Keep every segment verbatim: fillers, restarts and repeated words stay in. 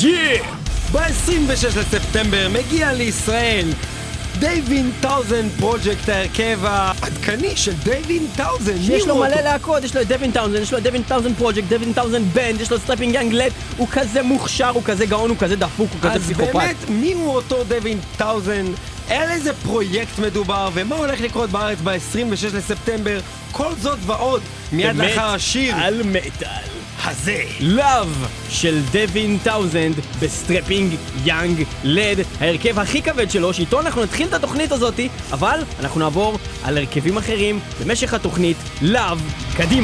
Yeah! ב-עשרים ושש לספטמבר מגיע לישראל דייבין טאוזן פרוג'קט, ההרכב העדכני של דייבין טאוזן. יש לו מלא להקות, יש לו דייבין טאוזן, יש לו דייבין טאוזן פרוג'קט, דייבין טאוזן בנד, יש לו סטרפינג יאנג לד, הוא כזה מוכשר, הוא כזה גאון, הוא כזה דפוק, הוא כזה פסיכופת. אז באמת, מי הוא אותו דייבין טאוזן? על איזה פרויקט מדובר ומה הולך לקרות בארץ ב-עשרים ושש לספטמבר? כל זאת ועוד מיד לאחר השיר על מטל הזה, Love של דייבין טאוזנד בסטרפינג יאנג לד, ההרכב הכי כבד שלו, שאיתו אנחנו נתחיל את התוכנית הזאת, אבל אנחנו נעבור על הרכבים אחרים במשך התוכנית. Love, קדימה.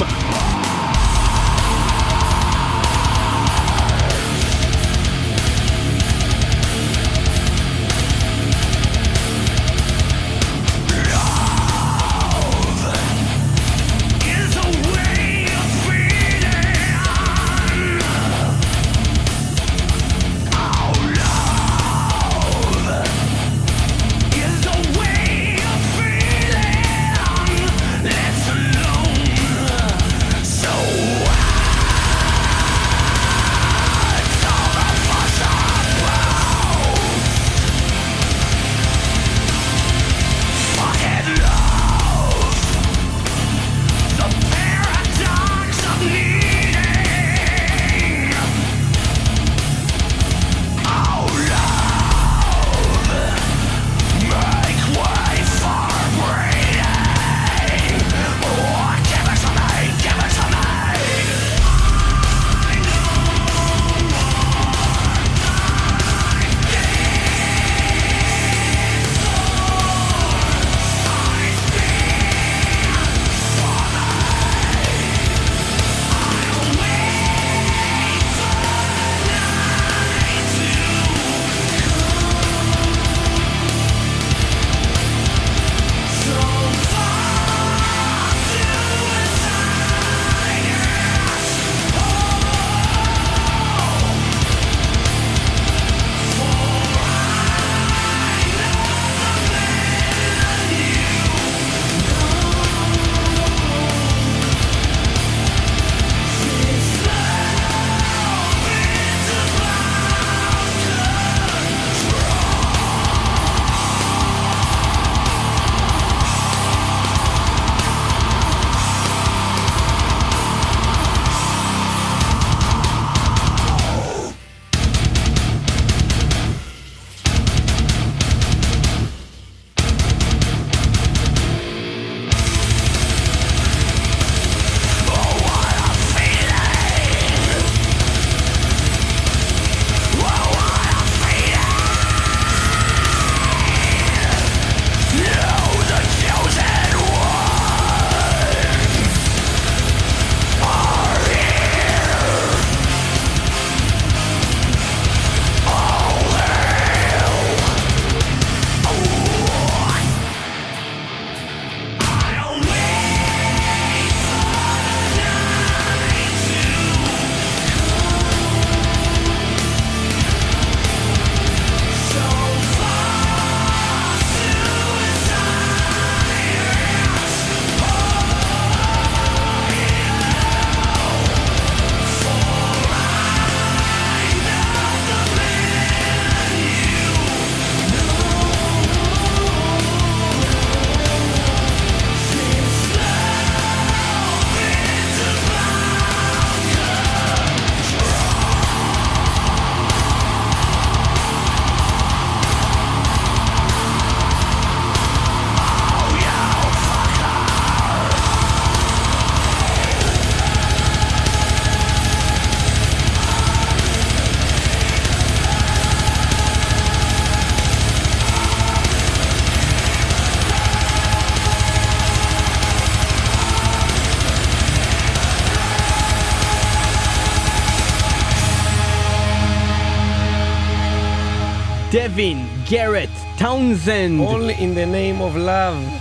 דייבין גארט טאונזנד, All in the name of love.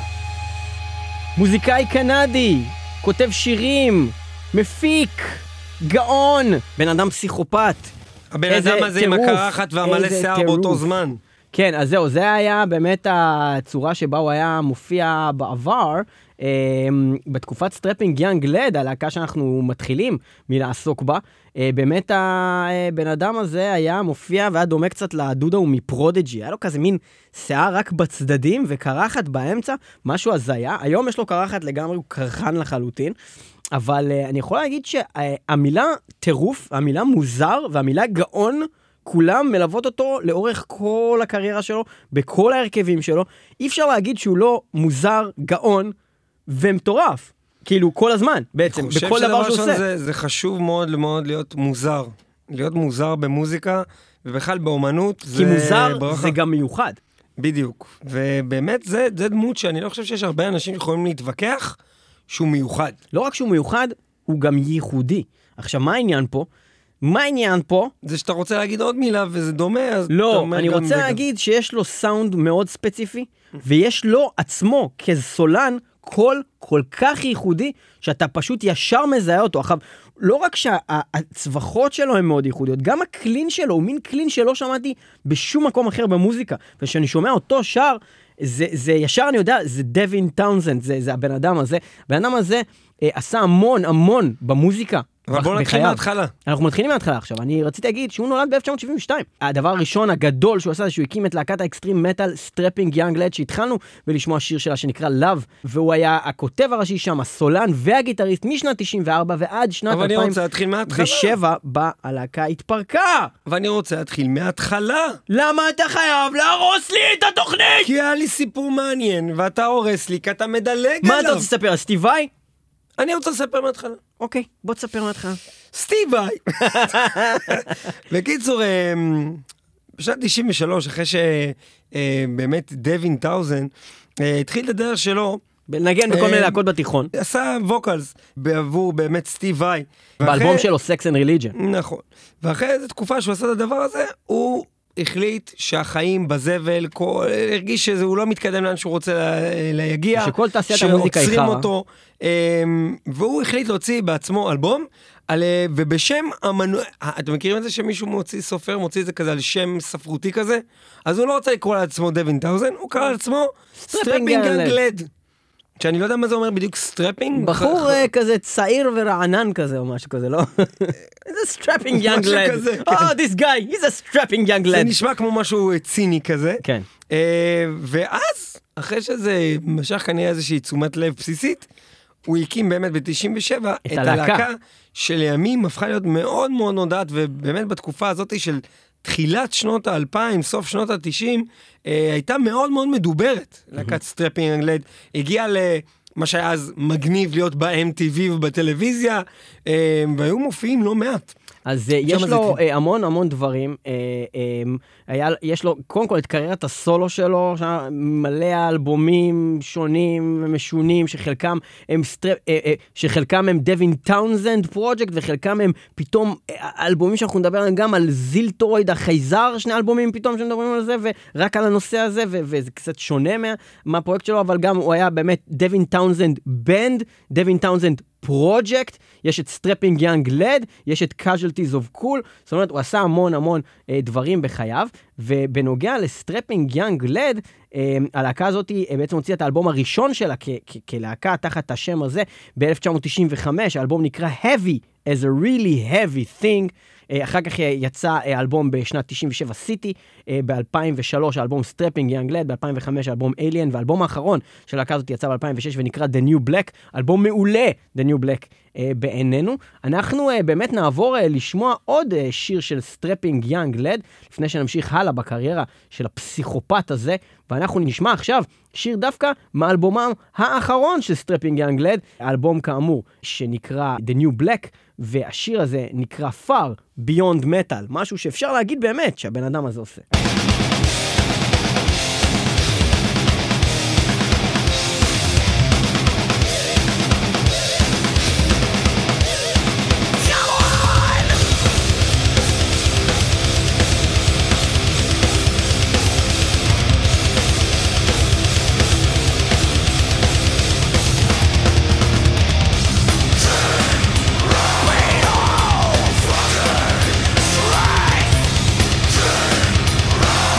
מוזיקאי קנדי, כותב שירים, מפיק, גאון, בן אדם פסיכופת. הבן אדם הזה עם הקרחת והמלא שיער באותו זמן. כן, אז זהו, זה היה באמת הצורה שבה הוא היה מופיע בעבר, בתקופת סטרפינג יאנג לד, הלהקה שאנחנו מתחילים מלעסוק בה, באמת הבן אדם הזה היה מופיע והיה דומה קצת לדודה הוא מפרודג'י, היה לו כזה מין שיער רק בצדדים וקרחת באמצע, משהו הזיה, היום יש לו קרחת לגמרי, הוא קרחן לחלוטין, אבל אני יכול להגיד שהמילה טירוף, המילה מוזר והמילה גאון, כולם מלוות אותו לאורך כל הקריירה שלו, בכל ההרכבים שלו, אי אפשר להגיד שהוא לא מוזר, גאון ומטורף. כאילו, כל הזמן, בעצם, בכל דבר שהוא עושה. זה, זה חשוב מאוד מאוד להיות מוזר. להיות מוזר במוזיקה, ובכלל באומנות. כי זה מוזר ברכה. זה גם מיוחד. בדיוק. ובאמת, זה, זה דמות שאני לא חושב שיש הרבה אנשים שיכולים להתווכח שהוא מיוחד. לא רק שהוא מיוחד, הוא גם ייחודי. עכשיו, מה העניין פה? מה העניין פה? זה שאתה רוצה להגיד עוד מילה וזה דומה, אז לא, אני רוצה וגם... להגיד שיש לו סאונד מאוד ספציפי, ויש לו עצמו כסולן קול כל כך ייחודי, שאתה פשוט ישר מזהה אותו. עכשיו, לא רק שהצווחות שלו הן מאוד ייחודיות, גם הקלין שלו הוא מין קלין שלא שמעתי בשום מקום אחר במוזיקה. וכשאני שומע אותו שר, זה, זה ישר אני יודע, זה דווין טאונזנד, זה, זה הבן אדם הזה. הבן אדם הזה אה, עשה המון המון במוזיקה. אבל בואו נתחיל מההתחלה. אנחנו מתחילים מההתחלה עכשיו. אני רציתי להגיד שהוא נולד ב-אלף תשע מאות שבעים ושתיים. הדבר הראשון הגדול שהוא עשה זה שהוא הקים את להקת האקסטרים מטל סטרפינג יאנג לד, שהתחלנו ולשמוע שיר שלה שנקרא Love, והוא היה הכותב הראשי שם, הסולן והגיטריסט משנת תשעים וארבע ועד שנת אלפיים ושבע, בה הלהקה התפרקה. ואני רוצה להתחיל מההתחלה. למה אתה חייב להרוס לי את התוכנית? כי היה לי סיפור מעניין, ואתה הורס לי, כי אתה מדלג עליו. מה אתה רוצה לספר על סטיב ואי? אני רוצה לספר מההתחלה. אוקיי, בוא תספר מההתחלה. סטיב ואי. בקיצור, בשנת תשעים ושלוש, אחרי שבאמת דווין טאוזנד התחיל את הדרך שלו, לנגן בכל מיני להקות בתיכון. עשה ווקלס בעבור באמת סטיב ואי. באלבום שלו, Sex and Religion. נכון. ואחרי איזו תקופה שהוא עשה את הדבר הזה, הוא החליט שהחיים בזבל, כל, הרגיש שהוא לא מתקדם לאן שהוא רוצה לה, להגיע. שכל תעשיית המוזיקה היא חרה. אותו, והוא החליט להוציא בעצמו אלבום, על, ובשם המנוע... אתם מכירים את זה שמישהו מוציא סופר, מוציא את זה כזה על שם ספרותי כזה? אז הוא לא רוצה לקרוא לעצמו דווין טאוזנד, הוא קרא לעצמו סטרפינג יאנג לד. שאני לא יודע מה זה אומר בדיוק סטרפינג. בחור כזה צעיר ורענן כזה או משהו כזה, לא? זה סטרפינג יאנג לד. Oh, this guy, he's a strapping young lad. זה נשמע כמו משהו ציני כזה. כן. ואז, אחרי שזה משך כנראה איזושהי תשומת לב בסיסית, הוא הקים באמת ב-תשעים ושבע את הלהקה שלימים הפכה להיות מאוד מאוד נודעת, ובאמת בתקופה הזאת של תחילת שנות האלפיים, סוף שנות התשעים, אה, הייתה מאוד מאוד מדוברת. Mm-hmm. להקת סטרפינג יאנג לד הגיעה למה שהיה אז מגניב להיות ב-אם טי וי ובטלוויזיה, אה, והיו מופיעים לא מעט. אז יש לו אה, המון המון דברים, אה, אה, היה, יש לו קודם כל את קריירת הסולו שלו, מלא אלבומים שונים ומשונים, שחלקם הם, סטרפ, אה, אה, שחלקם הם דווין טאונזנד פרוג'קט, וחלקם הם פתאום אה, אלבומים שאנחנו נדבר עליהם גם על זילטורויד החייזר, שני אלבומים פתאום שמדברים על זה, ורק על הנושא הזה, ו- וזה קצת שונה מה, מהפרויקט שלו, אבל גם הוא היה באמת דווין טאונזנד בנד, דווין טאונזנד פרוג'קט, יש את סטרפינג יאנג לד, יש את Casualties of Cool, זאת אומרת, הוא עשה המון המון אה, דברים בחייו, ובנוגע לסטרפינג יאנג לד, אה, הלהקה הזאת אה, בעצם הוציאה את האלבום הראשון שלה כ- כ- כלהקה תחת השם הזה, ב-אלף תשע מאות תשעים וחמש, האלבום נקרא Heavy as a really heavy thing, אחר כך יצא אלבום בשנת תשעים ושבע סיטי, ב-אלפיים ושלוש האלבום סטרפינג יאנג לד, ב-אלפיים וחמש האלבום Alien, והאלבום האחרון של הלהקה הזאת יצא ב-אלפיים ושש ונקרא The New Black, אלבום מעולה, The New Black בעינינו. אנחנו באמת נעבור לשמוע עוד שיר של סטרפינג יאנג לד, לפני שנמשיך הלאה בקריירה של הפסיכופת הזה, ואנחנו נשמע עכשיו שיר דווקא מאלבומם האחרון של סטרפינג יאנג לד, האלבום כאמור שנקרא The New Black, והשיר הזה נקרא Far Beyond Metal, משהו שאפשר להגיד באמת שהבן אדם הזה עושה. Run!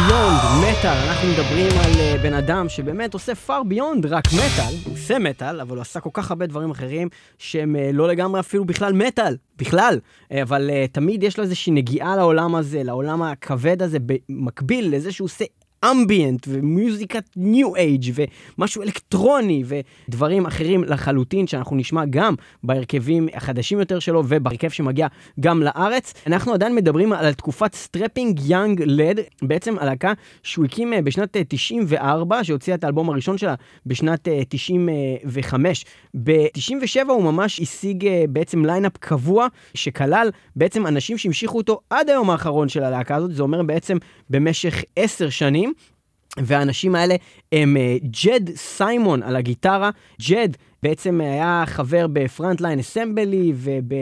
ביונד מטל, אנחנו מדברים על uh, בן אדם שבאמת עושה far beyond רק מטל, הוא עושה מטל, אבל הוא עשה כל כך הרבה דברים אחרים שהם uh, לא לגמרי אפילו בכלל מטל, בכלל, uh, אבל uh, תמיד יש לו איזושהי נגיעה לעולם הזה, לעולם הכבד הזה, במקביל לזה שהוא עושה אמביאנט ומיוזיקת ניו אייג' ומשהו אלקטרוני ודברים אחרים לחלוטין שאנחנו נשמע גם בהרכבים החדשים יותר שלו ובהרכב שמגיע גם לארץ. אנחנו עדיין מדברים על תקופת סטרפינג יאנג לד, בעצם הלהקה שהוא הקים בשנת תשעים וארבע, שהוציאה את האלבום הראשון שלה בשנת תשעים וחמש. ב-תשעים ושבע הוא ממש השיג בעצם ליינאפ קבוע שכלל בעצם אנשים שהמשיכו אותו עד היום האחרון של הלהקה הזאת, זה אומר בעצם במשך עשר שנים. והאנשים האלה הם ג'ד סיימון על הגיטרה. ג'ד בעצם היה חבר בפרנטליין אסמבלי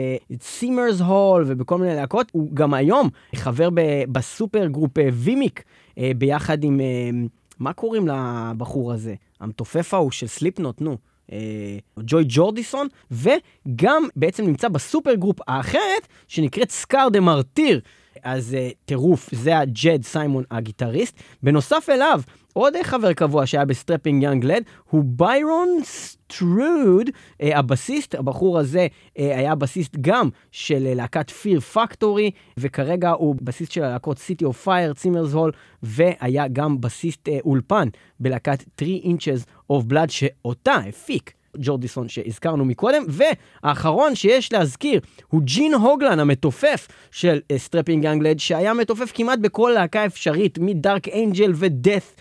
ובסימרס הול ובכל מיני להקות. הוא גם היום חבר בסופר גרופ וימיק ביחד עם, מה קוראים לבחור הזה? המתופף ההוא של סליפנוט, נו. ג'וי ג'ורדיסון, וגם בעצם נמצא בסופר גרופ האחרת שנקראת סקאר דה מרטיר. אז uh, טירוף, זה הג'ד סיימון הגיטריסט. בנוסף אליו, עוד חבר קבוע שהיה בסטרפינג יאנג לד, הוא ביירון סטרוד, uh, הבסיסט. הבחור הזה uh, היה בסיסט גם של uh, להקת פיר פקטורי, וכרגע הוא בסיסט של הלהקות City of Fire, צימרס הול, והיה גם בסיסט uh, אולפן בלהקת three inches of blood, שאותה הפיק ג'ורדיסון שהזכרנו מקודם. והאחרון שיש להזכיר הוא ג'ין הוגלן, המתופף של סטרפינג יאנג לד, שהיה מתופף כמעט בכל להקה אפשרית, מדארק אנג'ל ודף,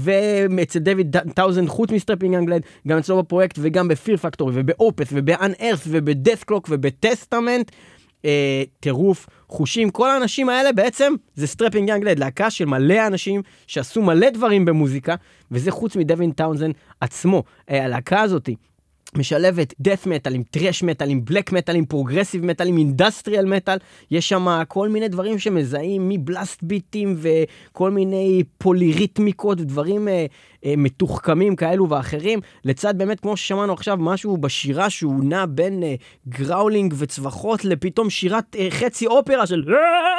ואצל דיוויד טאוזנד, חוץ מסטרפינג יאנג לד, גם אצלו בפרויקט וגם בפיר פקטורי ובאופס ובאנארת' ובדף קלוק ובטסטמנט. אה, טירוף חושים. כל האנשים האלה בעצם זה סטרפינג יאנג לד, להקה של מלא אנשים שעשו מלא דברים במוזיקה, וזה חוץ מדווין טאוזנד עצמו. אה, הלהקה הזאת משלבת דף מטל עם טרש מטל, עם בלק מטל, עם פרוגרסיב מטל, עם אינדסטריאל מטל. יש שם כל מיני דברים שמזהים מבלסט ביטים וכל מיני פוליריתמיקות ודברים אה, אה, מתוחכמים כאלו ואחרים. לצד באמת, כמו ששמענו עכשיו, משהו בשירה שהוא נע בין אה, גראולינג וצווחות לפתאום שירת אה, חצי אופרה של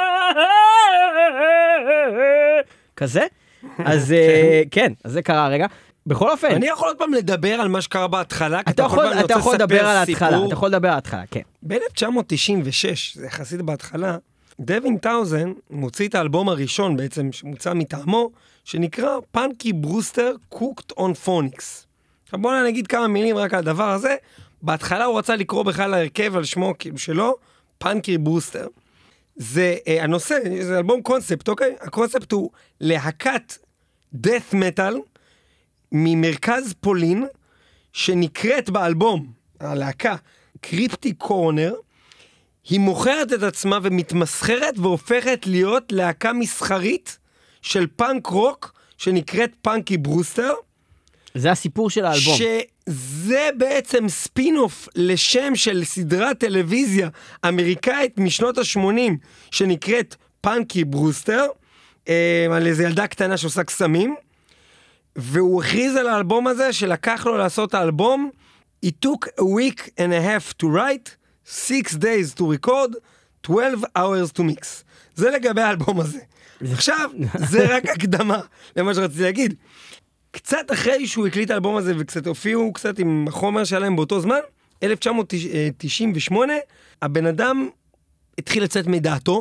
כזה. אז אה, כן, אז זה קרה רגע. בכל אופן. אני יכול עוד פעם לדבר על מה שקרה בהתחלה, אתה יכול, אתה יכול לדבר על ההתחלה, אתה יכול לדבר על ההתחלה, כן. ב-אלף תשע מאות תשעים ושש, זה יחסית בהתחלה, דווין טאוזנד מוציא את האלבום הראשון בעצם, שמוצא מטעמו, שנקרא פאנקי ברוסטר קוקט און פוניקס. עכשיו בואו נגיד כמה מילים רק על הדבר הזה. בהתחלה הוא רצה לקרוא בכלל להרכב על שמו כאילו שלו, פאנקי ברוסטר. זה אה, הנושא, זה אלבום קונספט, אוקיי? הקונספט הוא להקת death metal, ממרכז פולין, שנקראת באלבום, הלהקה, קריפטי קורנר. היא מוכרת את עצמה ומתמסחרת והופכת להיות להקה מסחרית של פאנק רוק, שנקראת פאנקי ברוסטר. זה הסיפור של האלבום. שזה בעצם ספין-אוף לשם של סדרת טלוויזיה אמריקאית משנות ה-שמונים, שנקראת פאנקי ברוסטר, על איזו ילדה קטנה שעושה קסמים. והוא הכריז על האלבום הזה שלקח לו לעשות האלבום. It took a week and a half to write, six days to record, twelve hours to mix. זה לגבי האלבום הזה. עכשיו, זה רק הקדמה למה שרציתי להגיד. קצת אחרי שהוא הקליט האלבום הזה וקצת הופיעו קצת עם החומר שלהם באותו זמן, אלף תשע מאות תשעים ושמונה, הבן אדם התחיל לצאת מדעתו.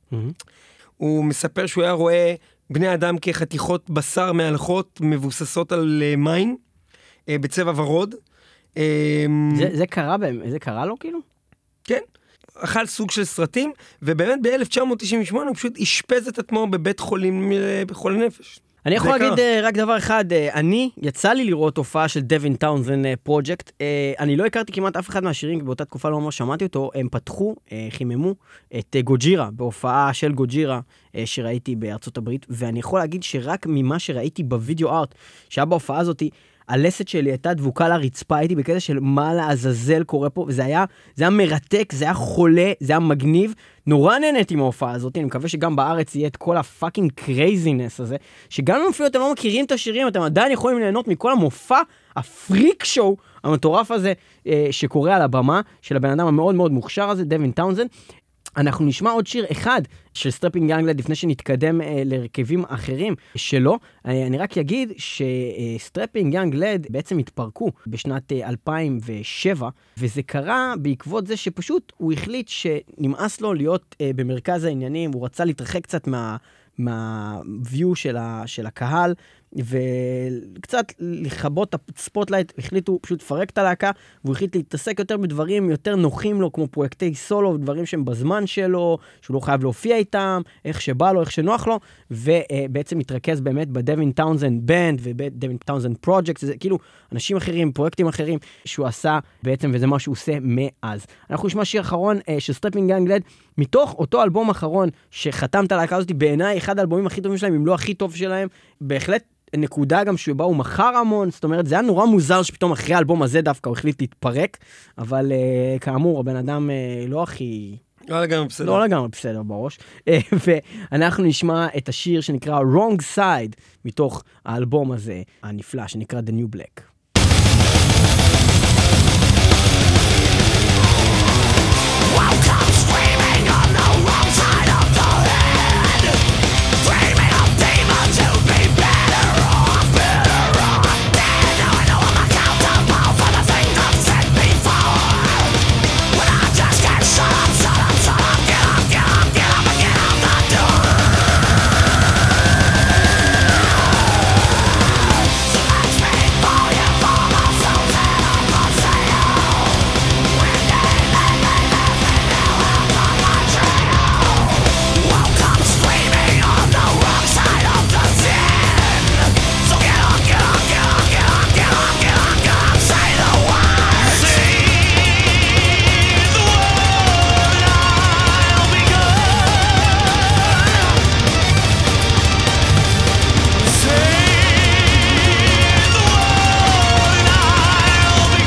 הוא מספר שהוא היה רואה בני אדם כחתיכות בשר מהלכות מבוססות על מים, בצבע ורוד. זה, זה קרה בהם, זה קרה לו כאילו? כן, אכל סוג של סרטים, ובאמת ב-אלף תשע מאות תשעים ושמונה הוא פשוט אשפז את עצמו בבית חולים בחולי נפש. אני יכול להגיד רק דבר אחד, אני, יצא לי לראות הופעה של דווין טאוזנד פרויקט, אני לא הכרתי כמעט אף אחד מהשירים, באותה תקופה לא ממש שמעתי אותו, הם פתחו, חיממו את גוג'ירה, בהופעה של גוג'ירה שראיתי בארצות הברית, ואני יכול להגיד שרק ממה שראיתי בווידאו ארט, שהיה בהופעה הזאת, הלסת שלי הייתה דבוקה לרצפה, הייתי בקטע של מה לעזאזל קורה פה, וזה היה, זה היה מרתק, זה היה חולה, זה היה מגניב, נורא נהניתי מההופעה הזאת, אני מקווה שגם בארץ יהיה את כל הפאקינג קרייזינס הזה, שגם אם אפילו אתם לא מכירים את השירים, אתם עדיין יכולים ליהנות מכל המופע, הפריק שואו המטורף הזה, שקורה על הבמה, של הבן אדם המאוד מאוד מוכשר הזה, דווין טאוזנד. אנחנו נשמע עוד שיר אחד של סטרפינג יאנג לד לפני שנתקדם אה, לרכבים אחרים שלו. אה, אני רק אגיד שסטרפינג יאנג לד בעצם התפרקו בשנת אה, אלפיים ושבע, וזה קרה בעקבות זה שפשוט הוא החליט שנמאס לו להיות אה, במרכז העניינים, הוא רצה להתרחק קצת מה... מהוויו של, ה, של הקהל, וקצת לכבות את הספוטלייט, החליטו פשוט לפרק את הלהקה, והוא החליט להתעסק יותר בדברים יותר נוחים לו, כמו פרויקטי סולו, דברים שהם בזמן שלו, שהוא לא חייב להופיע איתם, איך שבא לו, איך שנוח לו, ובעצם מתרכז באמת בדווין טאונזנד בנד, ובדווין טאונזנד פרויקט, זה כאילו אנשים אחרים, פרויקטים אחרים, שהוא עשה בעצם, וזה מה שהוא עושה מאז. אנחנו נשמע שיר אחרון של סטרפינג יאנג לד, מתוך אותו אלבום אחרון שחתמת על הלהקה הזאת, בעיניי אחד האלבומים הכי טובים שלהם, אם לא הכי טוב שלהם, בהחלט נקודה גם שהוא בא, הוא מחר המון, זאת אומרת, זה היה נורא מוזר שפתאום אחרי האלבום הזה דווקא הוא החליט להתפרק, אבל uh, כאמור, הבן אדם uh, לא הכי... לא לגמרי בסדר. לא לגמרי בסדר בראש. Uh, ואנחנו נשמע את השיר שנקרא Wrong Side, מתוך האלבום הזה הנפלא, שנקרא The New Black. Welcome screaming on the wrong side of the head, dreaming of demons who'd be better off, better off dead. Now I know I'm accountable for the things I've said before, when I just can't shut up, shut up, shut up, get up, get up, get up and get out the door. So let's speak for you, for my souls that I'm not saying. When they let me welcome screaming on the wrong side of the sin. So get on, get on, get on, get on, get on, get on, get on, say the words. Say the word, I'll be good. Say the word, I'll be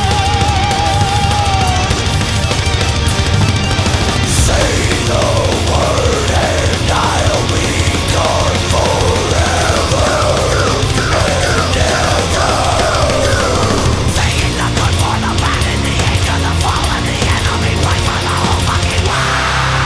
good. Say the word and I'll be gone forever and ever. Saying the good for the bad and the hate of the fall and the enemy fight for the whole fucking world.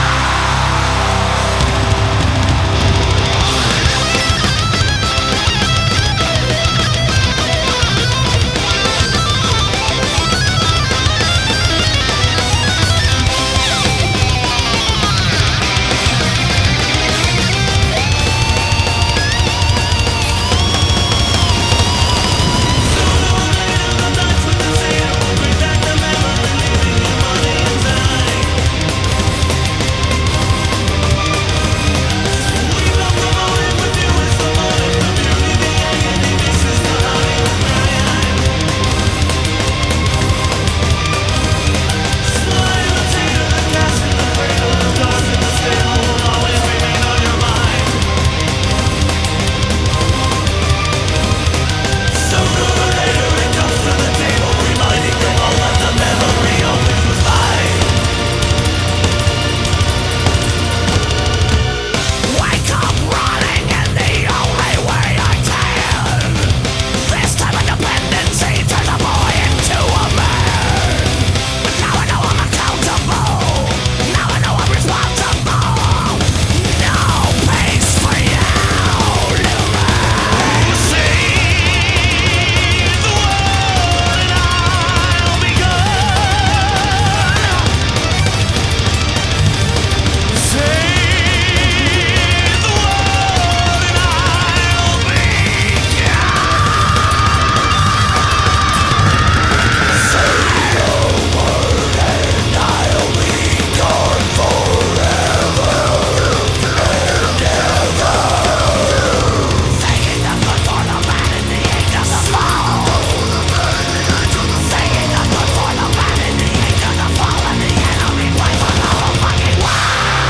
Wake up running in the only way I can. This time independency turns a boy into a man. But now I know I'm accountable. Now I know I'm responsible. No peace for you, little man. Say the word and I'll be good. Say the word and I'll be gone forever and ever. Saying the good for the bad and the hate of the fall. Saying the good for the bad and the hate of the fall and the enemy fight for the whole fucking world.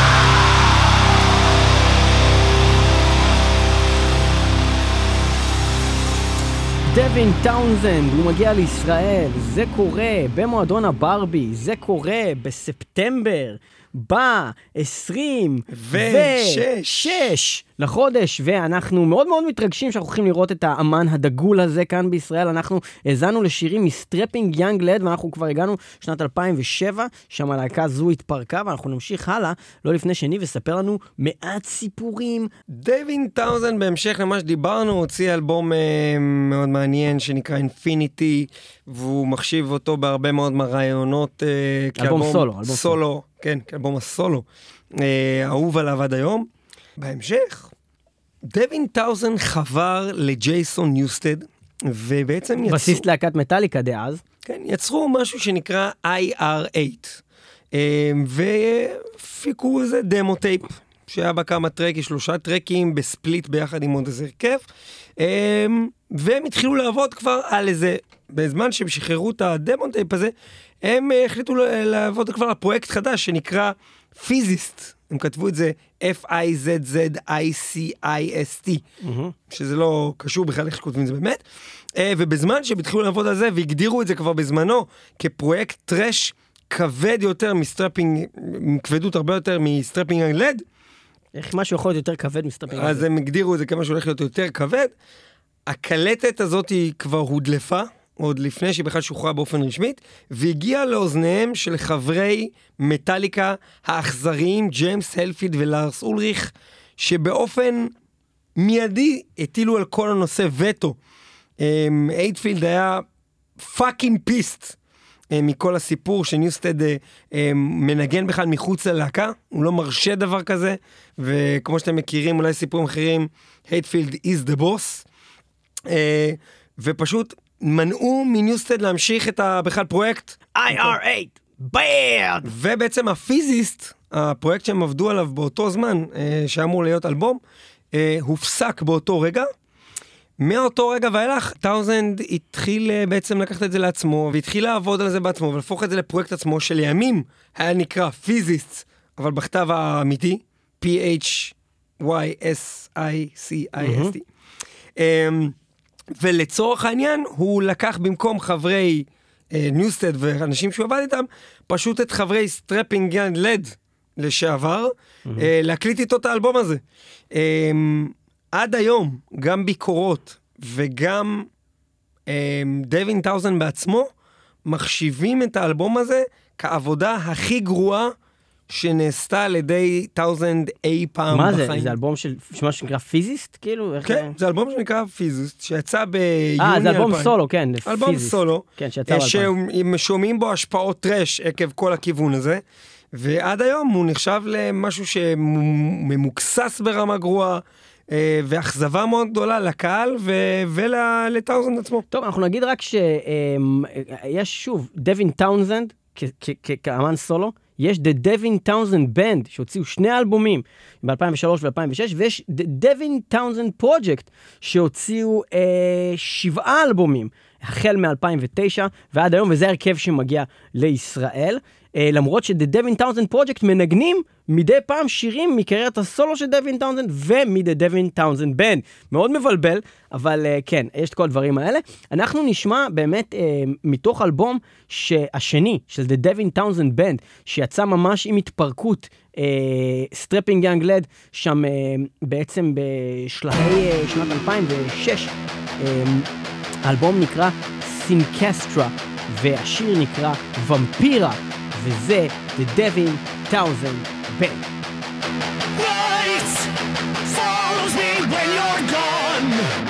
דווין טאונזנד, הוא מגיע לישראל, זה קורה במועדון הברבי, זה קורה בספטמבר, ב-עשרים ושש לחודש, ואנחנו מאוד מאוד מתרגשים שאנחנו הולכים לראות את האמן הדגול הזה כאן בישראל. אנחנו הזנו לשירים מסטרפינג יאנג לד, ואנחנו כבר הגענו שנת אלפיים ושבע, שם הלהקה זו התפרקה, ואנחנו נמשיך הלאה, לא לפני שני, וספר לנו מעט סיפורים. דווין טאוזנד, בהמשך למה שדיברנו, הוציא אלבום אה, מאוד מעניין שנקרא אינפיניטי, והוא מחשיב אותו בהרבה מאוד מרעיונות אה, אלבום כאלבום סולו, אלבום סולו, כן, כאלבום הסולו, אה, אהוב עליו עד היום. בהמשך, דווין טאוזנד חבר לג'ייסון ניוסטד, ובעצם יצרו... בסיסט להקת מטאליקה דאז. כן, יצרו משהו שנקרא איי אר שמונה, והפיקו איזה דמו טייפ, שהיה בה כמה טרקים, שלושה טרקים, בספליט ביחד עם עוד איזה הרכב, והם התחילו לעבוד כבר על איזה, בזמן שהם שחררו את הדמו טייפ הזה, הם החליטו לעבוד כבר על פרויקט חדש שנקרא פיזיסט. הם כתבו את זה אף איי זד זד איי סי איי אס טי, שזה לא קשור בכלל איך שכותבים את זה באמת, ובזמן שהם התחילו לעבוד על זה, והגדירו את זה כבר בזמנו, כפרויקט טרש כבד יותר מסטרפינג, כבדות הרבה יותר מסטרפינג יאנג לד, איך משהו יכול להיות יותר כבד מסטרפינג יאנג לד? אז הם הגדירו את זה כמה שהולך להיות יותר כבד. הקלטת הזאת היא כבר הודלפה, עוד לפני שהיא בכלל שוחררה באופן רשמית, והגיעה לאוזניהם של חברי מטאליקה האכזריים, ג'יימס הלפילד ולארס אולריך, שבאופן מיידי הטילו על כל הנושא וטו. אייטפילד היה פאקינג פיסט מכל הסיפור שניוסטד מנגן בכלל מחוץ ללהקה, הוא לא מרשה דבר כזה, וכמו שאתם מכירים אולי סיפורים אחרים, אייטפילד is the boss, ופשוט מנעו מניוסטד להמשיך את בכלל פרויקט איי אר שמונה, bad! ובעצם הפיזיסט, הפרויקט שהם עבדו עליו באותו זמן, שאמור להיות אלבום, הופסק באותו רגע. מאותו רגע ואילך, טאוזנד התחיל בעצם לקחת את זה לעצמו, והתחיל לעבוד על זה בעצמו, ולהפוך את זה לפרויקט עצמו, שלימים היה נקרא פיזיסט, אבל בכתב האמיתי, פי אייץ' וואי אס איי סי איי אס טי. ולצורך העניין, הוא לקח במקום חברי ניוסטד ואנשים שהוא עבד איתם, פשוט את חברי סטרפינג יאנג לד לשעבר, להקליט איתו את האלבום הזה. עד היום, גם ביקורות וגם דווין טאוזנד בעצמו, מחשיבים את האלבום הזה כעבודה הכי גרועה שנעשתה על ידי טאוזנד אי פעם מה בחיים. זה? זה אלבום של מה שנקרא פיזיסט? כאילו? כן, זה אלבום שנקרא פיזיסט, שיצא ביוני אה, זה אלבום סולו, כן. אלבום סולו, כן, שיצא באלפיים. ששומעים בו השפעות טרש עקב כל הכיוון הזה, ועד היום הוא נחשב למשהו שממוקסס ברמה גרועה, ואכזבה מאוד גדולה לקהל ולטאוזנד עצמו. טוב, אנחנו נגיד רק שיש שוב, דווין טאוזנד, כאמן סולו, יש The Devin Townsend Band, שהוציאו שני אלבומים, ב-אלפיים ושלוש ו-אלפיים ושש, ויש The Devin Townsend Project, שהוציאו אה, שבעה אלבומים, החל מ-אלפיים ותשע ועד היום, וזה הרכב שמגיע לישראל, אה, למרות ש-The Devin Townsend Project מנגנים מדי פעם שירים מקריירת הסולו של דווין טאוזנד ומ-The Devin Townsend Band. מאוד מבלבל, אבל uh, כן, יש את כל הדברים האלה. אנחנו נשמע באמת uh, מתוך אלבום השני של The Devin Townsend Band, שיצא ממש עם התפרקות, Strapping Young Lad, שם uh, בעצם בשלהי uh, שנת אלפיים ושש. Uh, האלבום נקרא Syncastra, והשיר נקרא Vampira, וזה The Devin Townsend Band. Night follows me when you're gone,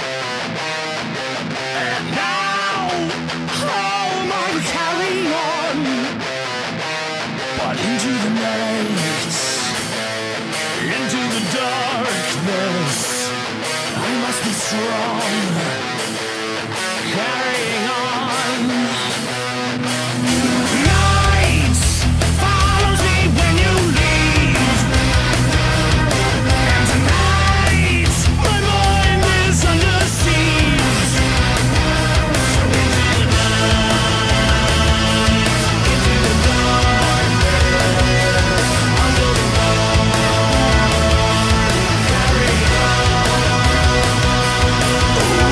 and now how am I to carry on? But into the night, into the darkness, I must be strong, carrying on. Ooh.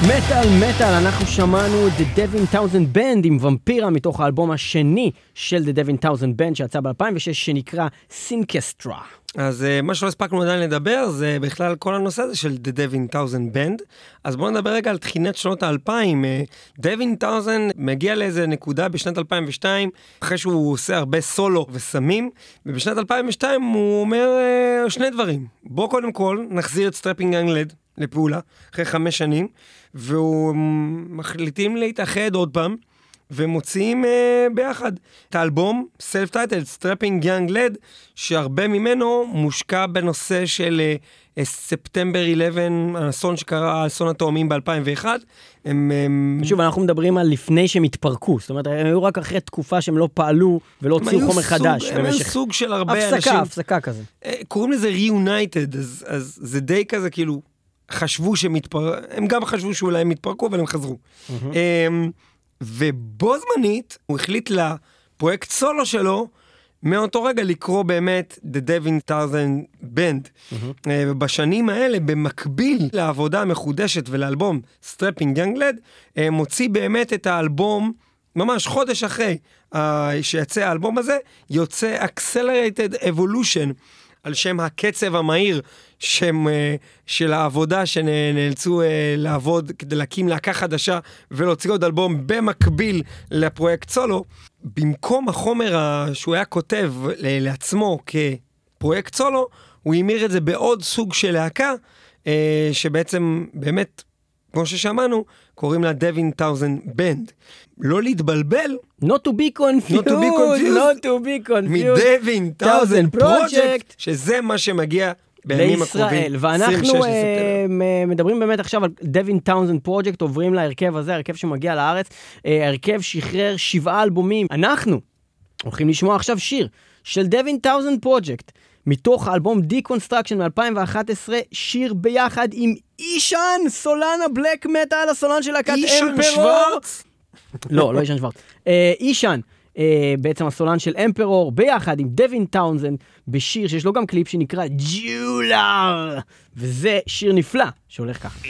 מטל מטל, אנחנו שמענו The Devin Townsend Band עם ומפירה מתוך האלבום השני של The Devin Townsend Band שיצא ב-אלפיים ושש שנקרא סינקסטרה. אז uh, מה שלא הספקנו עדיין לדבר זה בכלל כל הנושא הזה של The Devin Townsend Band. אז בואו נדבר רגע על תחינת שנות האלפיים. דווין טאוזנד מגיע לאיזה נקודה בשנת אלפיים ושתיים אחרי שהוא עושה הרבה סולו וסמים, ובשנת אלפיים ושתיים הוא אומר uh, שני דברים. בוא קודם כל נחזיר את סטרפינג יאנג לד לפעולה אחרי חמש שנים, והוא מחליטים להתאחד עוד פעם ומוציאים uh, ביחד את האלבום Self-Titled Strapping Young Lad, שהרבה ממנו מושקע בנושא של ספטמבר uh, אחת עשר, האסון שקרה, האסון התאומים ב-אלפיים ואחת. הם, הם... שוב, אנחנו מדברים על לפני שהם התפרקו, זאת אומרת, הם היו רק אחרי תקופה שהם לא פעלו ולא הוציאו חומר חדש. הם היו סוג של הרבה הפסקה, אנשים. הפסקה, הפסקה כזה. קוראים לזה Reunited, אז, אז זה די כזה כאילו, חשבו שהם התפרקו, הם גם חשבו שאולי הם התפרקו, אבל הם חזרו. Mm-hmm. Um, ובו זמנית הוא החליט לפרויקט סולו שלו מאותו רגע לקרוא באמת The Devin Townsend Band. Mm-hmm. ובשנים האלה במקביל לעבודה המחודשת ולאלבום Strapping Young Lad מוציא באמת את האלבום ממש חודש אחרי uh, שיצא האלבום הזה יוצא Accelerated Evolution על שם הקצב המהיר שם, של העבודה שנאלצו לעבוד כדי להקים להקה חדשה ולהוציא עוד אלבום במקביל לפרויקט סולו. במקום החומר שהוא היה כותב לעצמו כפרויקט סולו, הוא המיר את זה בעוד סוג של להקה, שבעצם באמת, כמו ששמענו, קוראים לה דווין טאוזנד בנד. לא להתבלבל. Not to be confused. Not to be confused. Not to be confused. מדווין טאוזנד פרויקט, שזה מה שמגיע בימים הקרובים. ואנחנו מדברים באמת עכשיו על דווין טאוזנד פרויקט, עוברים להרכב הזה, הרכב שמגיע לארץ, הרכב שחרר שבעה אלבומים. אנחנו הולכים לשמוע עכשיו שיר של דווין טאוזנד פרויקט, מתוך האלבום Deconstruction מ-אלפיים ואחת עשרה, שיר ביחד עם אישן, סולן הבלק מטל, הסולן של להקת אמפרור. אישן שוורץ? לא, לא אישן שוורץ. אישן, בעצם הסולן של אמפרור, ביחד עם דווין טאוזנד, בשיר שיש לו גם קליפ שנקרא ג'ולר, וזה שיר נפלא שהולך ככה.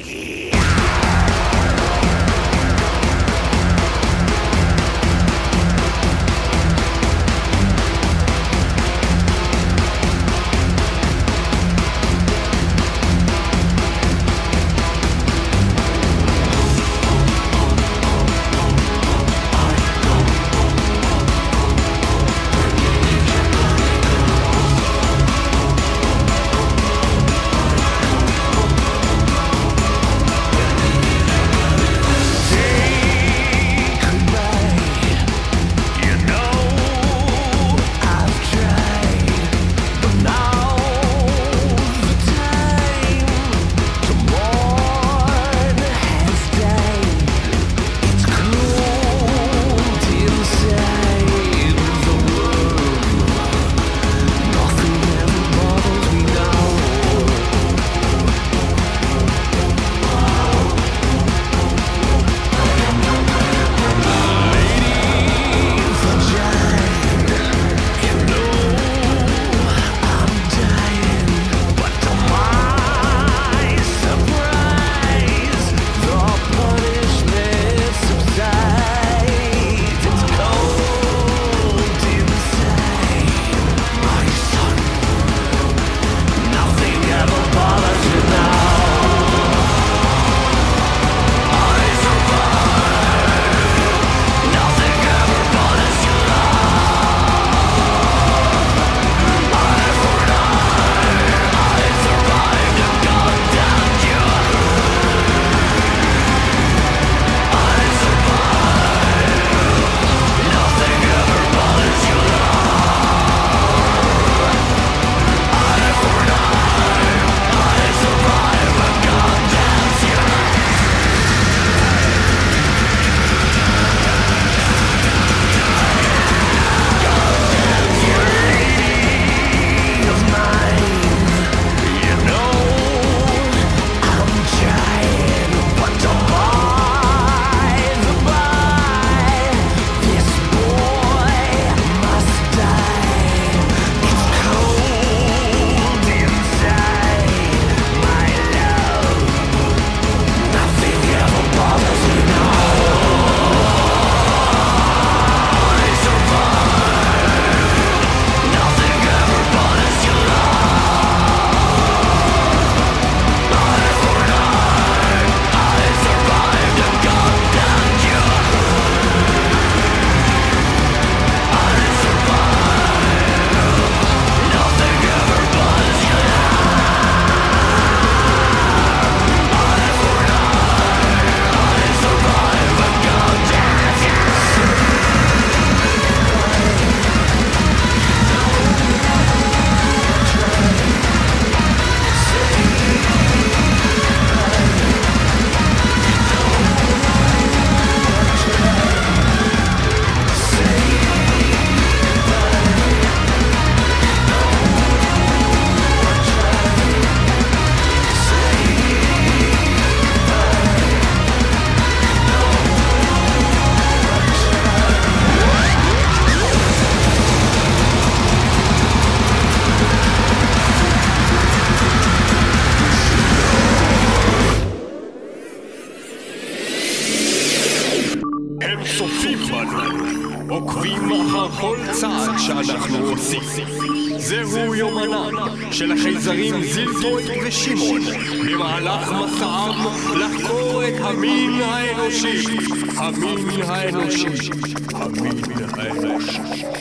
צופים בנו, עוקבים אחר כל צעד שאנחנו עושים. זהו יומנם של החייזרים זילטויד ושמעון במהלך מסעם לחקור את המין האנושי. המין האנושי. המין האנושי.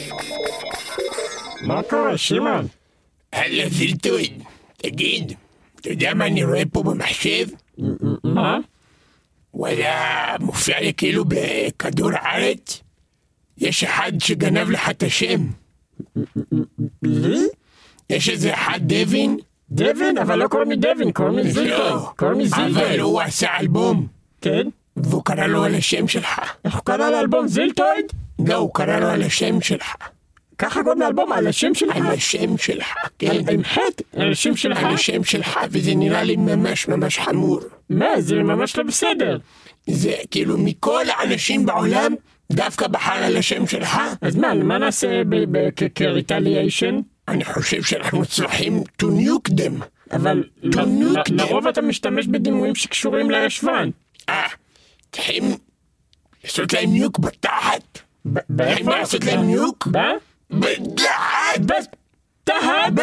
מה קורה, שמעון? הלו זילטויד, תגיד, אתה יודע מה אני רואה פה במחשב? מה? וואלה, מופיע לי כאילו בכדור הארץ. יש אחד שגנב לך את השם. יש איזה אחד דווין. דווין? אבל לא קוראים לי דווין, קוראים לי זילטויד. קוראים לי זילטויד. אבל הוא עשה אלבום. כן? והוא קרא לו על השם שלך. איך הוא קרא לאלבום זילטויד? לא, הוא קרא לו על השם שלך. ככה קוראים לאלבום על השם שלך? על השם שלך, כן. עם חטא? על השם שלך? על השם שלך, וזה נראה לי ממש ממש חמור. מה? זה ממש לא בסדר. זה כאילו מכל האנשים בעולם דווקא בחר על השם שלך. אז מה, מה נעשה כ-retaliation? אני חושב שאנחנו צריכים to nuke them. אבל לרוב אתה משתמש בדימויים שקשורים לישבן. אה, צריכים לעשות להם ניוק בתחת. באיפה? צריכים לעשות להם ניוק? ב? בתחת. בתחת?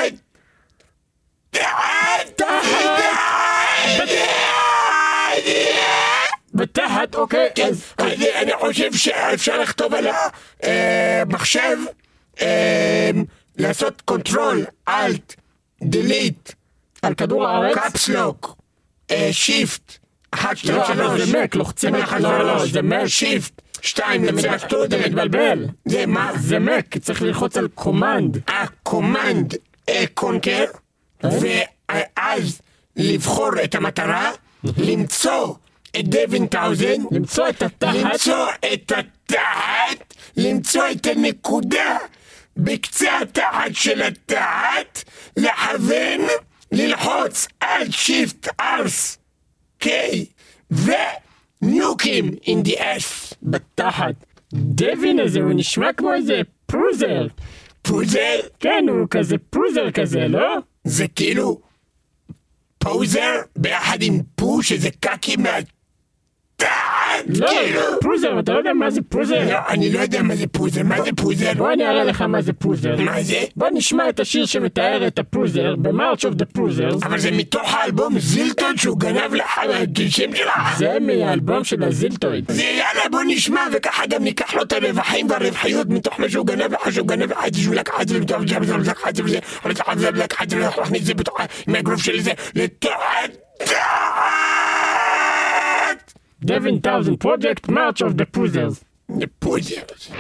בתחת. בתחת, אוקיי. אני חושב שאפשר לכתוב על המחשב לעשות קונטרול, אלט, דליט, על כדור הארץ? קאפסלוק, שיפט, אחת, שתיים, לא, אבל שלוש. זה מק, לוחצים לך, לא, לא, זה מק. שיפט, שתיים, למידה אתה שטודל. מתבלבל. זה מה? זה מק, צריך ללחוץ על קומנד. אה, קומנד, קונקר, ואז לבחור את המטרה, למצוא את דווין טאוזן, למצוא את התחת. למצוא את התחת, למצוא את הנקודה בקצה התחת של התחת, לכוון, ללחוץ על שיפט ארס קיי וניוקים in the ass. בתחת. דווין הזה הוא נשמע כמו איזה פרוזר. פרוזר? כן, הוא כזה פרוזר כזה, לא? זה כאילו פוזר ביחד עם פו שזה קקי מהתחת. לא, כאילו. פרוזר, אתה לא יודע מה זה פרוזר? לא, אני לא יודע מה זה פוזר. מה זה פוזר? בוא אני אראה לך מה זה פרוזר. מה זה? בוא נשמע את השיר שמתאר את הפרוזר, ב-March of the Prozers. אבל זה מתוך האלבום זילטון שהוא גנב לך מהגישים שלך. זה מהאלבום של הזילטויד. זה יאללה בוא נשמע וככה גם ניקח לו את הרווחים והרווחיות מתוך מה שהוא גנב לך, שהוא גנב לך את זה שהוא לקח את זה לתוך זה וזה לקח את זה וזה לקח את זה ולקח את זה ולקח את זה בתוך מהגרוף של זה לתוך התחת. דווין טאוזן פרויקט, March of the Prozers. The Prozers.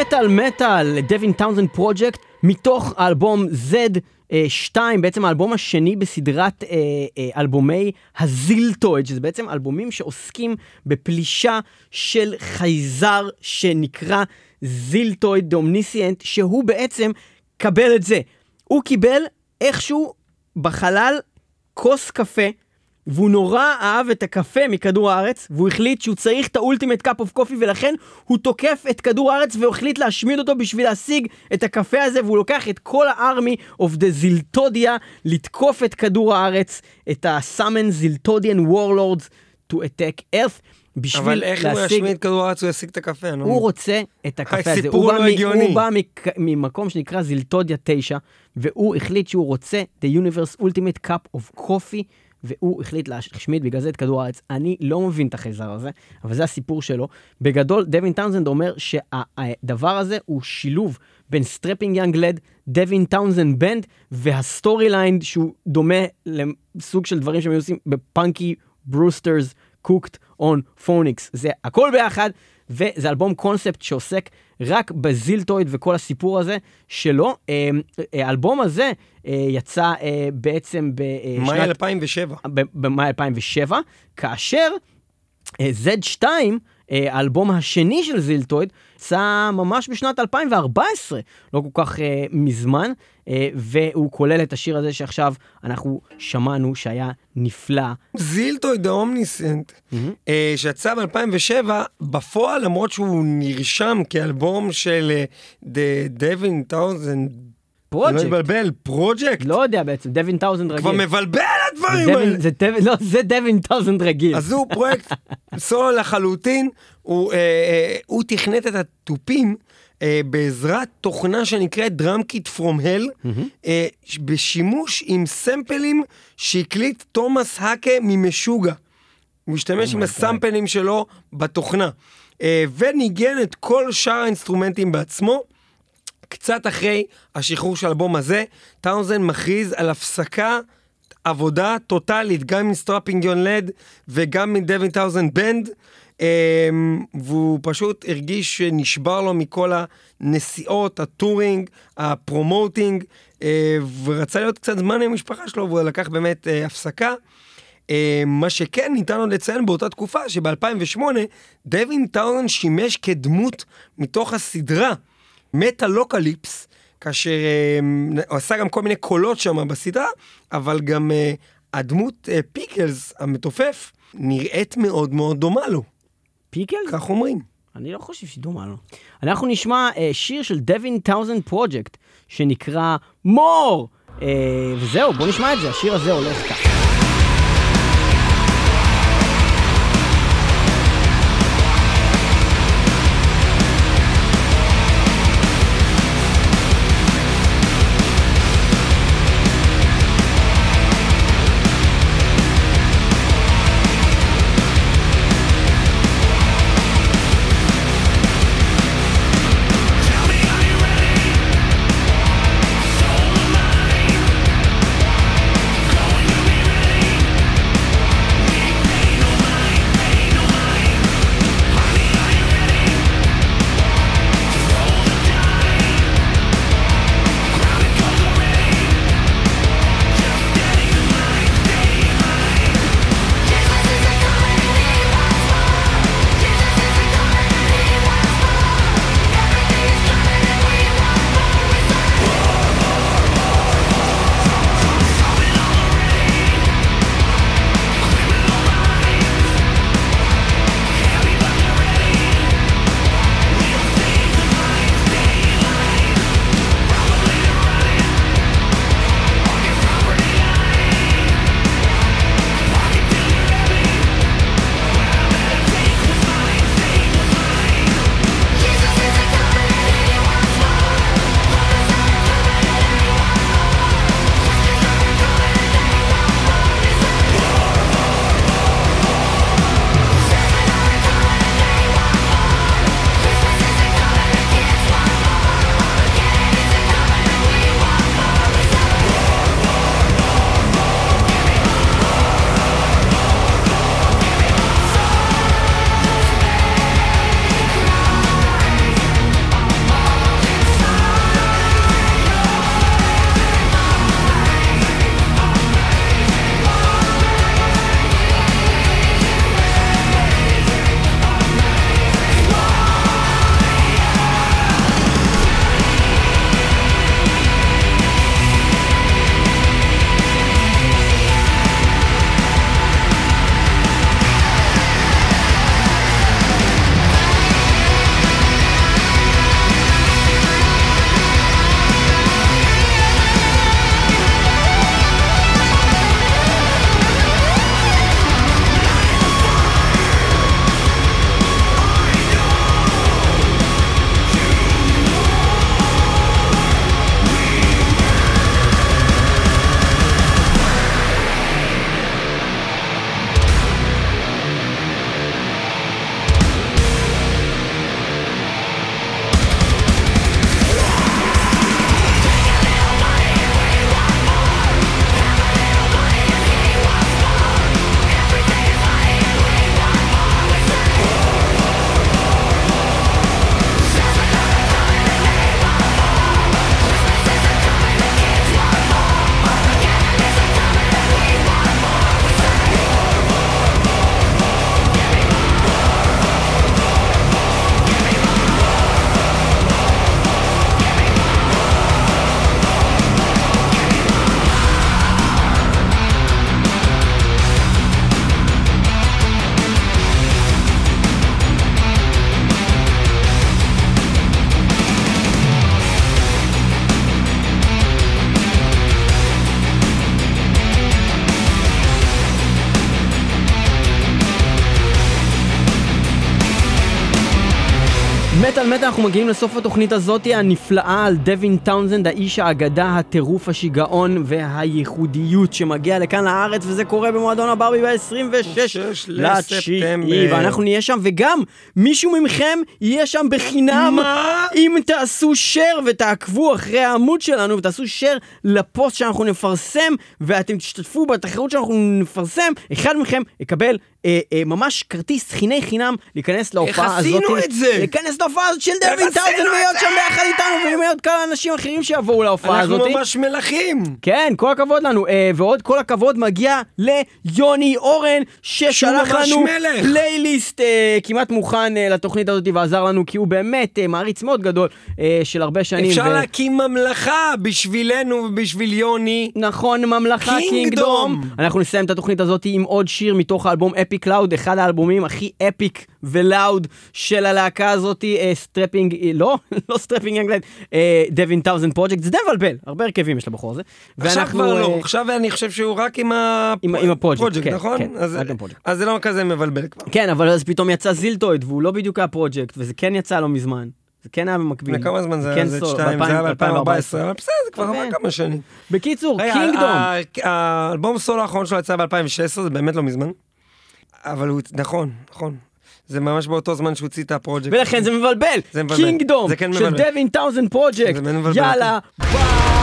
מטל מטל, דווין טאונזנד פרוג'קט, מתוך האלבום זד שתיים, בעצם האלבום השני בסדרת אה, אה, אלבומי הזילטויד, שזה בעצם אלבומים שעוסקים בפלישה של חייזר שנקרא זילטויד דומניסיאנט, שהוא בעצם קבל את זה. הוא קיבל איכשהו בחלל כוס קפה, והוא נורא אהב את הקפה מכדור הארץ, והוא החליט שהוא צריך את האולטימט קאפ אוף קופי, ולכן הוא תוקף את כדור הארץ, והוא החליט להשמיד אותו בשביל להשיג את הקפה הזה, והוא לוקח את כל הארמי of the זילטודיה, לתקוף את כדור הארץ, את ה-summon זילטודיאן warlords to attack earth, בשביל אבל איך להשיג... הוא ישמיד את כדור הארץ, הוא ישיג את הקפה? הוא רוצה את הקפה הזה. סיפור לא הגיוני. הוא בא ממקום שנקרא זילטודיה תשע, והוא החליט שהוא רוצה the universe ultimate cup of coffee, והוא החליט להשמיד בגלל זה את כדור הארץ. אני לא מבין את החייזר הזה, אבל זה הסיפור שלו. בגדול, דווין טאונזנד אומר שהדבר הזה הוא שילוב בין סטרפינג יאנג לד, דווין טאונזנד בנד, והסטורי ליין שהוא דומה לסוג של דברים שהם עושים בפאנקי ברוסטרס קוקט און פוניקס. זה הכל ביחד, וזה אלבום קונספט שעוסק רק בזילטויד וכל הסיפור הזה שלו. האלבום הזה יצא בעצם במאי אלפיים ושבע. במאי אלפיים ושבע, כאשר זד שתיים, האלבום השני של זילטויד, יצא ממש בשנת אלפיים וארבע עשרה, לא כל כך מזמן, והוא כולל את השיר הזה שעכשיו אנחנו שמענו שהיה נפלא. זילטויד האומניסנט, שיצא ב-אלפיים ושבע, בפועל, למרות שהוא נרשם כאלבום של דווין טאונזנד, פרוג'קט. לא מבלבל, פרוג'קט. לא יודע בעצם, דווין טאונזנד רגיל. כבר מבלבל הדברים האלה. זה דווין, לא, זה דווין טאונזנד רגיל. אז הוא פרויקט סולו לחלוטין, הוא, אה, אה, הוא תכנת את הטופים אה, בעזרת תוכנה שנקראת Drum Kit From Hell, mm-hmm. אה, בשימוש עם סמפלים שהקליט תומאס האקה ממשוגע. הוא משתמש oh עם הסמפלים שלו בתוכנה. אה, וניגן את כל שאר האינסטרומנטים בעצמו. קצת אחרי השחרור של האלבום הזה, טאונזנד מכריז על הפסקה עבודה טוטלית, גם עם סטרפינג יאנג לד וגם מדווין טאונזנד בנד, והוא פשוט הרגיש שנשבר לו מכל הנסיעות, הטורינג, הפרומוטינג, ורצה להיות קצת זמן עם המשפחה שלו, והוא לקח באמת הפסקה. מה שכן ניתן עוד לציין באותה תקופה, שב-אלפיים ושמונה דווין טאונזנד שימש כדמות מתוך הסדרה מטלוקליפס, כאשר uh, הוא עשה גם כל מיני קולות שם בסדרה, אבל גם uh, הדמות uh, פיקלס, המתופף, נראית מאוד מאוד דומה לו. פיקלס? כך אומרים. אני לא חושב שהיא דומה לו. אנחנו נשמע uh, שיר של דווין טאונזנד פרוג'קט, שנקרא מור! Uh, וזהו, בוא נשמע את זה, השיר הזה הולך כך. Going to be מטל מטל, אנחנו מגיעים לסוף התוכנית הזאת הנפלאה על דווין טאונזנד, האיש האגדה, הטירוף, השיגעון והייחודיות שמגיע לכאן לארץ, וזה קורה במועדון הברבי ב-עשרים ושש לספטמבר, ואנחנו נהיה שם, וגם מישהו ממכם יהיה שם בחינם. מה? אם תעשו שייר ותעקבו אחרי העמוד שלנו ותעשו שייר לפוסט שאנחנו נפרסם, ואתם תשתתפו בתחרות שאנחנו נפרסם, אחד מכם יקבל אה, אה, ממש כרטיס חיני חינם להיכנס להופעה הזאת. איך עשינו את זה? להיכנס להופעה הזאת של דווין טאונזנד להיות שם ביחד איתנו, ועם עוד כמה אנשים אחרים שיבואו להופעה הזאת. אנחנו ממש מלכים. כן, כל הכבוד לנו. אה, ועוד כל הכבוד מגיע ליוני אורן, ששלח לנו פלייליסט אה, כמעט מוכן אה, לתוכנית הזאת, ועזר לנו, כי הוא באמת אה, מעריץ מאוד גדול אה, של הרבה שנים. אפשר ו... להקים ממלכה בשבילנו ובשביל יוני. נכון, ממלכה קינגדום. אנחנו נסיים את התוכנית הזאת עם עוד שיר מתוך האלבום אפיק לאוד, אחד האלבומים הכי אפיק ולאוד של הלהקה הזאת, סטרפינג, לא, לא סטרפינג יאנג לד, דווין טאונזנד פרויקט, זה די מבלבל, הרבה הרכבים יש לבחור הזה. עכשיו כבר לא, עכשיו אני חושב שהוא רק עם הפרויקט, נכון? אז זה לא כזה מבלבל כבר. כן, אבל אז פתאום יצא זילטויד, והוא לא בדיוק הפרויקט, וזה כן יצא לו מזמן. זה כן היה במקביל. וכמה זמן זה היה? זה שתיים, זה היה ב-אלפיים וארבע עשרה, אבל בסדר, זה כבר עבר כמה שנים. בקיצור, קינגדום. האלבום סולו האחרון שלו יצא ב-אלפיים ושש עשרה, זה באמת לא מזמן. אבל הוא, נכון, נכון. זה ממש באותו זמן שהוא הוציא את הפרויקט. ולכן זה מבלבל. זה מבלבל. קינגדום של דווין טאונזנד פרויקט. יאללה, ביי.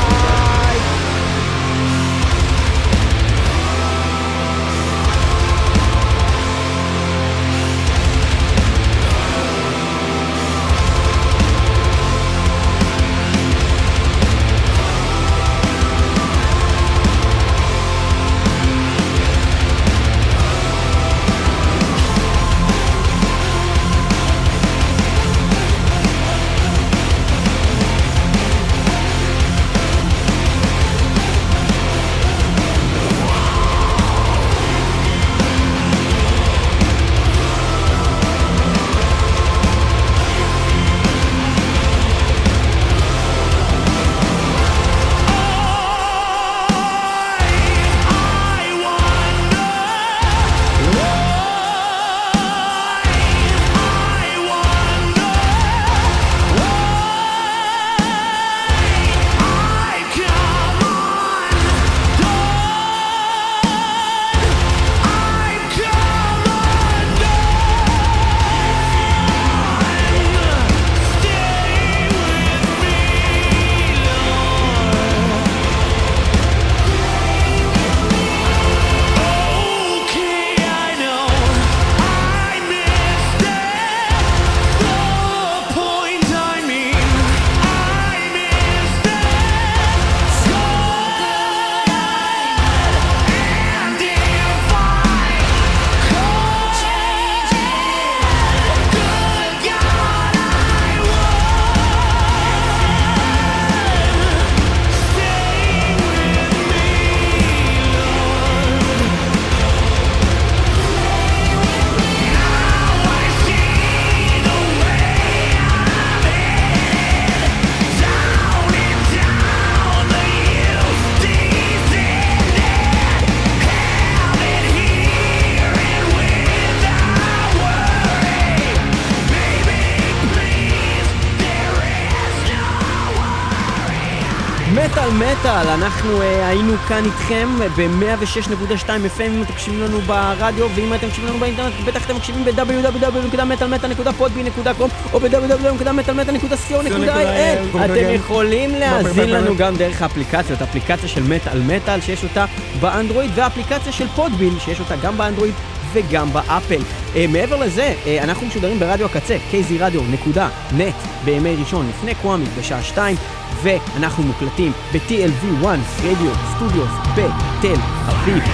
מטל מטל, אנחנו uh, היינו כאן איתכם ב-מאה ושש נקודה שתיים אף אם אם אתם מקשיבים לנו ברדיו, ואם אתם מקשיבים לנו באינטרנט בטח אתם מקשיבים ב-דאבליו דאבליו דאבליו נקודה מטל מטל נקודה פודבין נקודה קום או ב-דאבליו דאבליו דאבליו נקודה מטל מטל נקודה סי או נקודה איי אל. אתם יכולים להאזין לנו גם דרך האפליקציות, אפליקציה של מטל מטל שיש אותה באנדרואיד, והאפליקציה של פודבין שיש אותה גם באנדרואיד וגם באפל. Uh, מעבר לזה, uh, אנחנו משודרים ברדיו הקצה, קיי זי רדיו נקודה נט בימי ראשון לפני קוואמי בשעה שתיים, ואנחנו מוקלטים ב-טי אל וי אחת רדיו סטודיוס בתל אביב.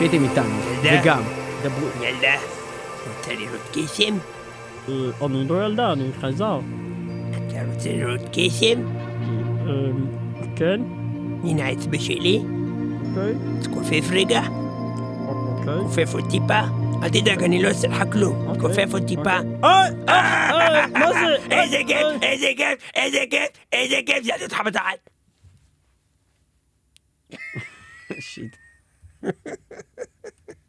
שהייתם איתנו, וגם. דברו. ילדה, רוצה לראות קסם? אני לא ילדה, אני חייזר. אתה רוצה לראות קסם? כן? הנה האצבע שלי. אוקיי. תכופף רגע. אוקיי. כופף עוד טיפה. אל תדאג, אני לא אעשה לך כלום. תכופף עוד טיפה. אוי! אוי! מה זה? איזה כיף, איזה כיף, איזה כיף, איזה כיף, זיתי אותך בתחת. שיט.